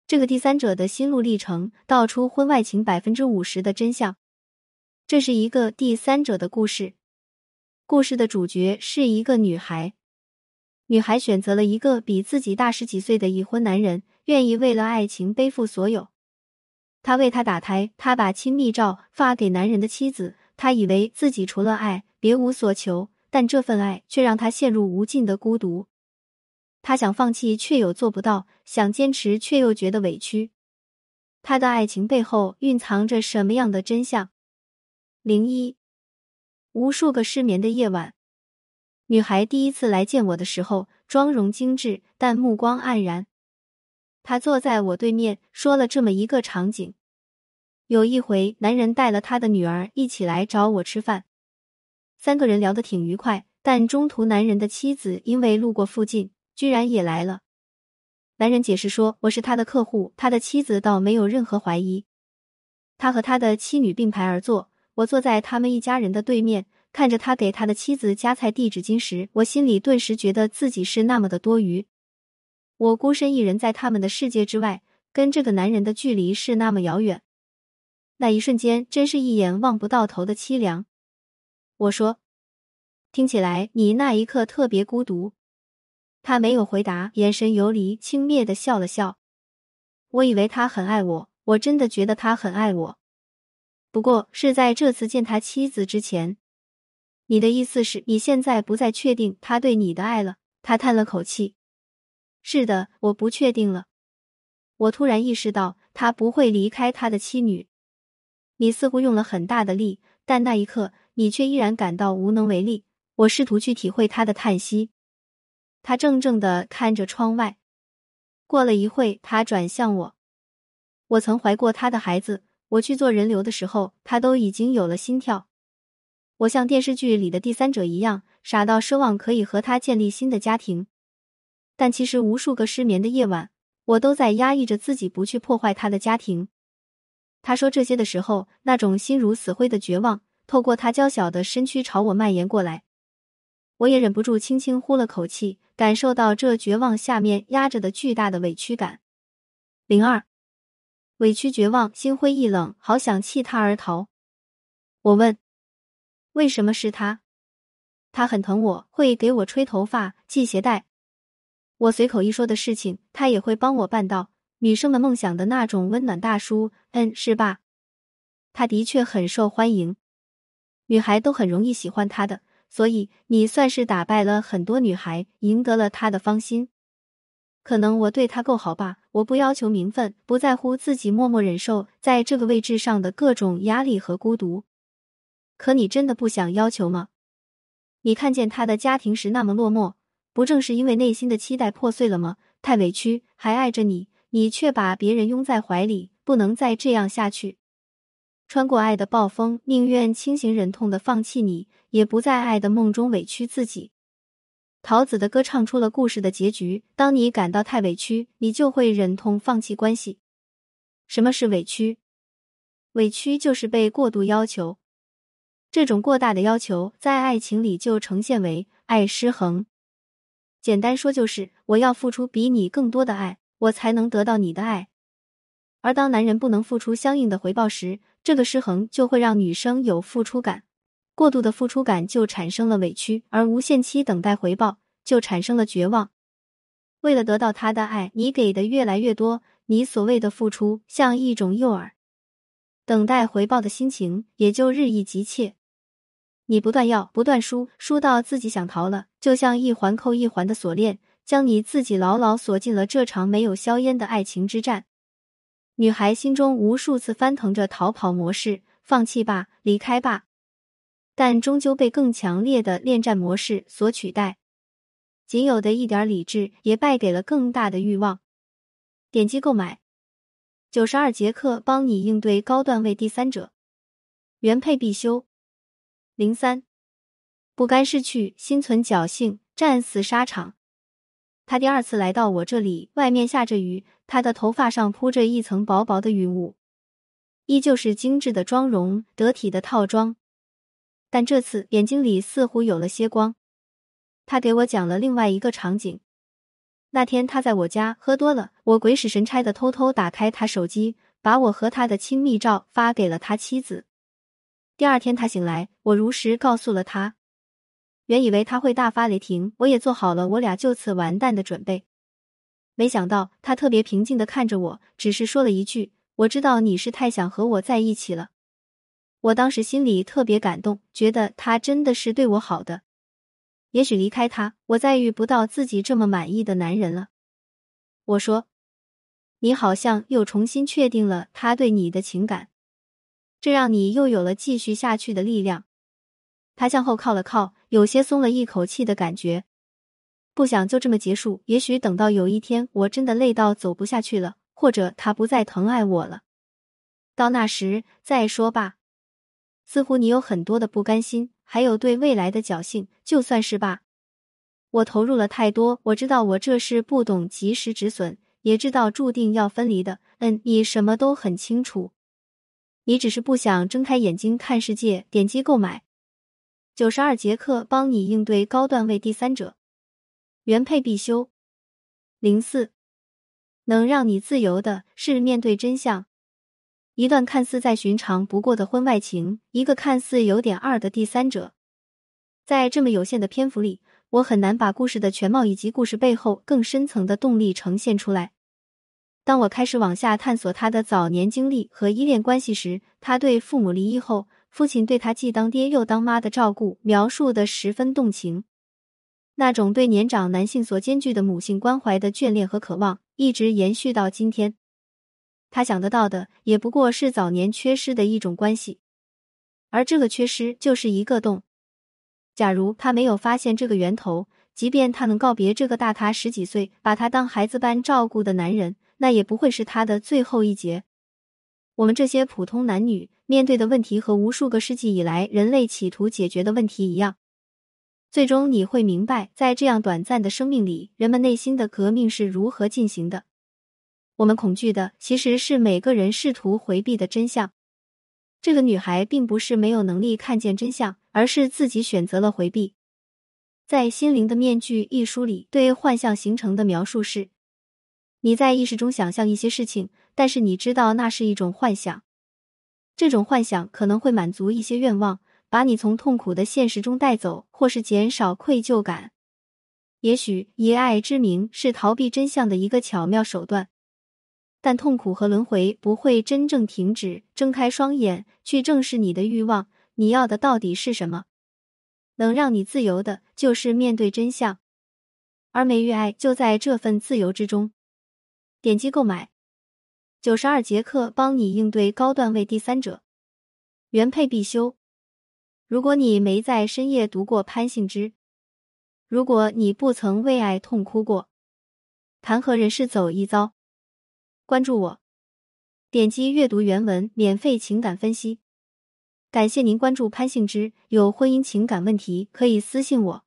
这个第三者的心路历程，道出婚外情50%的真相。这是一个第三者的故事，故事的主角是一个女孩。女孩选择了一个比自己大10几岁的已婚男人，愿意为了爱情背负所有。她为他打胎，他把亲密照发给男人的妻子，他以为自己除了爱别无所求，但这份爱却让他陷入无尽的孤独。他想放弃却又做不到，想坚持却又觉得委屈。他的爱情背后蕴藏着什么样的真相？01无数个失眠的夜晚。女孩第一次来见我的时候，妆容精致，但目光黯然。她坐在我对面，说了这么一个场景。有一回，男人带了他的女儿一起来找我吃饭，3个人聊得挺愉快，但中途男人的妻子因为路过附近，居然也来了。男人解释说，我是他的客户，他的妻子倒没有任何怀疑。他和他的妻女并排而坐，我坐在他们一家人的对面，看着他给他的妻子夹菜递纸巾时，我心里顿时觉得自己是那么的多余。我孤身一人在他们的世界之外，跟这个男人的距离是那么遥远。那一瞬间，真是一眼望不到头的凄凉。我说，听起来你那一刻特别孤独。他没有回答，眼神游离，轻蔑地笑了笑。我以为他很爱我，我真的觉得他很爱我。不过是在这次见他妻子之前。你的意思是你现在不再确定他对你的爱了？他叹了口气。是的，我不确定了。我突然意识到，他不会离开他的妻女。你似乎用了很大的力，但那一刻，你却依然感到无能为力。我试图去体会他的叹息。他怔怔地看着窗外。过了一会，他转向我。我曾怀过他的孩子，我去做人流的时候，他都已经有了心跳。我像电视剧里的第三者一样，傻到奢望可以和他建立新的家庭。但其实无数个失眠的夜晚，我都在压抑着自己不去破坏他的家庭。他说这些的时候，那种心如死灰的绝望，透过他娇小的身躯朝我蔓延过来。我也忍不住轻轻呼了口气，感受到这绝望下面压着的巨大的委屈感。02委屈绝望，心灰意冷，好想弃他而逃。我问，为什么是他？他很疼我，会给我吹头发、系鞋带。我随口一说的事情，他也会帮我办到。女生们梦想的那种温暖大叔，是吧？他的确很受欢迎，女孩都很容易喜欢他的，所以你算是打败了很多女孩，赢得了他的芳心。可能我对他够好吧，我不要求名分，不在乎自己默默忍受在这个位置上的各种压力和孤独。可你真的不想要求吗？你看见他的家庭时那么落寞，不正是因为内心的期待破碎了吗？太委屈，还爱着你，你却把别人拥在怀里，不能再这样下去。穿过爱的暴风，宁愿轻行忍痛的放弃你，也不在爱的梦中委屈自己。桃子的歌唱出了故事的结局，当你感到太委屈，你就会忍痛放弃关系。什么是委屈？委屈就是被过度要求。这种过大的要求，在爱情里就呈现为爱失衡。简单说就是，我要付出比你更多的爱，我才能得到你的爱。而当男人不能付出相应的回报时，这个失衡就会让女生有付出感，过度的付出感就产生了委屈，而无限期等待回报就产生了绝望。为了得到他的爱，你给的越来越多，你所谓的付出像一种诱饵，等待回报的心情也就日益急切。你不断要，不断输，输到自己想逃了，就像一环扣一环的锁链，将你自己牢牢锁进了这场没有硝烟的爱情之战。女孩心中无数次翻腾着逃跑模式，放弃吧，离开吧，但终究被更强烈的恋战模式所取代。仅有的一点理智也败给了更大的欲望。点击购买92节课，帮你应对高段位第三者，原配必修。03不甘失去，心存侥幸，战死沙场。他第二次来到我这里，外面下着雨，他的头发上铺着一层薄薄的云雾，依旧是精致的妆容，得体的套装，但这次眼睛里似乎有了些光。他给我讲了另外一个场景， 那天他在我家喝多了，我鬼使神差的偷偷打开他手机，把我和他的亲密照发给了他妻子。第二天他醒来，我如实告诉了他。原以为他会大发雷霆，我也做好了我俩就此完蛋的准备。没想到他特别平静地看着我，只是说了一句：“我知道你是太想和我在一起了。”我当时心里特别感动，觉得他真的是对我好的。也许离开他，我再遇不到自己这么满意的男人了。我说：“你好像又重新确定了他对你的情感，这让你又有了继续下去的力量。”他向后靠了靠，有些松了一口气的感觉。不想就这么结束，也许等到有一天我真的累到走不下去了，或者他不再疼爱我了，到那时再说吧。似乎你有很多的不甘心，还有对未来的侥幸，就算是吧。我投入了太多，我知道我这是不懂及时止损，也知道注定要分离的。你什么都很清楚，你只是不想睁开眼睛看世界。点击购买92节课，帮你应对高段位第三者，原配必修。04能让你自由的是面对真相。一段看似再寻常不过的婚外情，一个看似有点二的第三者。在这么有限的篇幅里，我很难把故事的全貌以及故事背后更深层的动力呈现出来。当我开始往下探索他的早年经历和依恋关系时，他对父母离异后，父亲对他既当爹又当妈的照顾，描述得十分动情。那种对年长男性所兼具的母性关怀的眷恋和渴望，一直延续到今天。他想得到的也不过是早年缺失的一种关系，而这个缺失就是一个洞。假如他没有发现这个源头，即便他能告别这个大他10几岁，把他当孩子般照顾的男人，那也不会是他的最后一劫。我们这些普通男女面对的问题和无数个世纪以来人类企图解决的问题一样。最终你会明白，在这样短暂的生命里，人们内心的革命是如何进行的。我们恐惧的其实是每个人试图回避的真相。这个女孩并不是没有能力看见真相，而是自己选择了回避。在《心灵的面具》一书里，对幻象形成的描述是：你在意识中想象一些事情，但是你知道那是一种幻想。这种幻想可能会满足一些愿望，把你从痛苦的现实中带走，或是减少愧疚感。也许以爱之名是逃避真相的一个巧妙手段。但痛苦和轮回不会真正停止。睁开双眼，去正视你的欲望，你要的到底是什么？能让你自由的，就是面对真相。而美与爱就在这份自由之中。点击购买92节课，帮你应对高段位第三者，原配必修。如果你没在深夜读过潘幸之，如果你不曾为爱痛哭过，谈何人世走一遭？关注我，点击阅读原文，免费情感分析。感谢您关注潘幸之，有婚姻情感问题可以私信我。